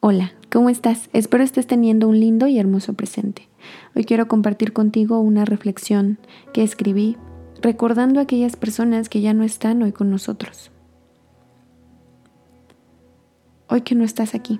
Hola, ¿cómo estás? Espero estés teniendo un lindo y hermoso presente. Hoy quiero compartir contigo una reflexión que escribí recordando a aquellas personas que ya no están hoy con nosotros. Hoy que no estás aquí.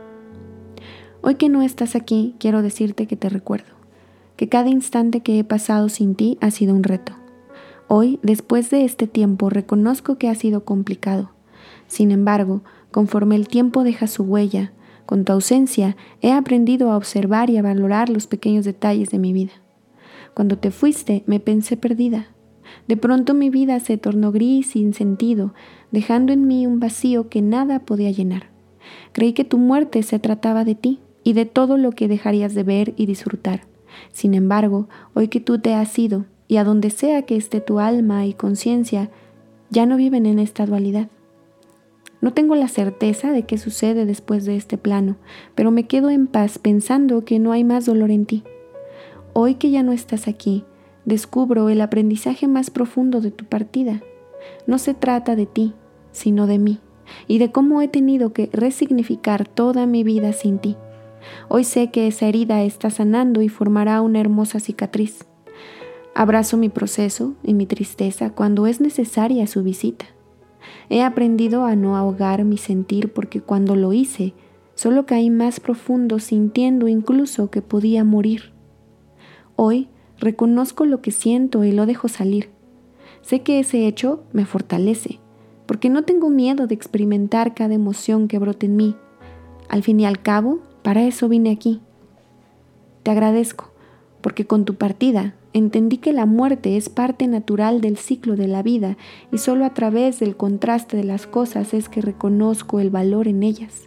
Hoy que no estás aquí, quiero decirte que te recuerdo, que cada instante que he pasado sin ti ha sido un reto. Hoy, después de este tiempo, reconozco que ha sido complicado. Sin embargo, conforme el tiempo deja su huella, con tu ausencia he aprendido a observar y a valorar los pequeños detalles de mi vida. Cuando te fuiste, me pensé perdida. De pronto mi vida se tornó gris sin sentido, dejando en mí un vacío que nada podía llenar. Creí que tu muerte se trataba de ti y de todo lo que dejarías de ver y disfrutar. Sin embargo, hoy que tú te has ido, y a donde sea que esté tu alma y conciencia, ya no viven en esta dualidad. No tengo la certeza de qué sucede después de este plano, pero me quedo en paz pensando que no hay más dolor en ti. Hoy que ya no estás aquí, descubro el aprendizaje más profundo de tu partida. No se trata de ti, sino de mí, y de cómo he tenido que resignificar toda mi vida sin ti. Hoy sé que esa herida está sanando y formará una hermosa cicatriz. Abrazo mi proceso y mi tristeza cuando es necesaria su visita. He aprendido a no ahogar mi sentir porque cuando lo hice, solo caí más profundo sintiendo incluso que podía morir. Hoy reconozco lo que siento y lo dejo salir. Sé que ese hecho me fortalece, porque no tengo miedo de experimentar cada emoción que brote en mí. Al fin y al cabo, para eso vine aquí. Te agradezco, porque con tu partida entendí que la muerte es parte natural del ciclo de la vida y solo a través del contraste de las cosas es que reconozco el valor en ellas.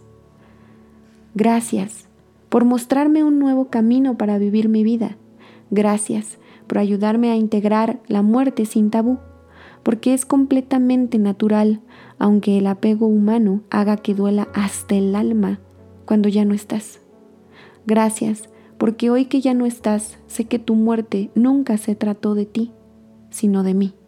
Gracias por mostrarme un nuevo camino para vivir mi vida. Gracias por ayudarme a integrar la muerte sin tabú, porque es completamente natural, aunque el apego humano haga que duela hasta el alma cuando ya no estás. Gracias, porque hoy que ya no estás, sé que tu muerte nunca se trató de ti, sino de mí.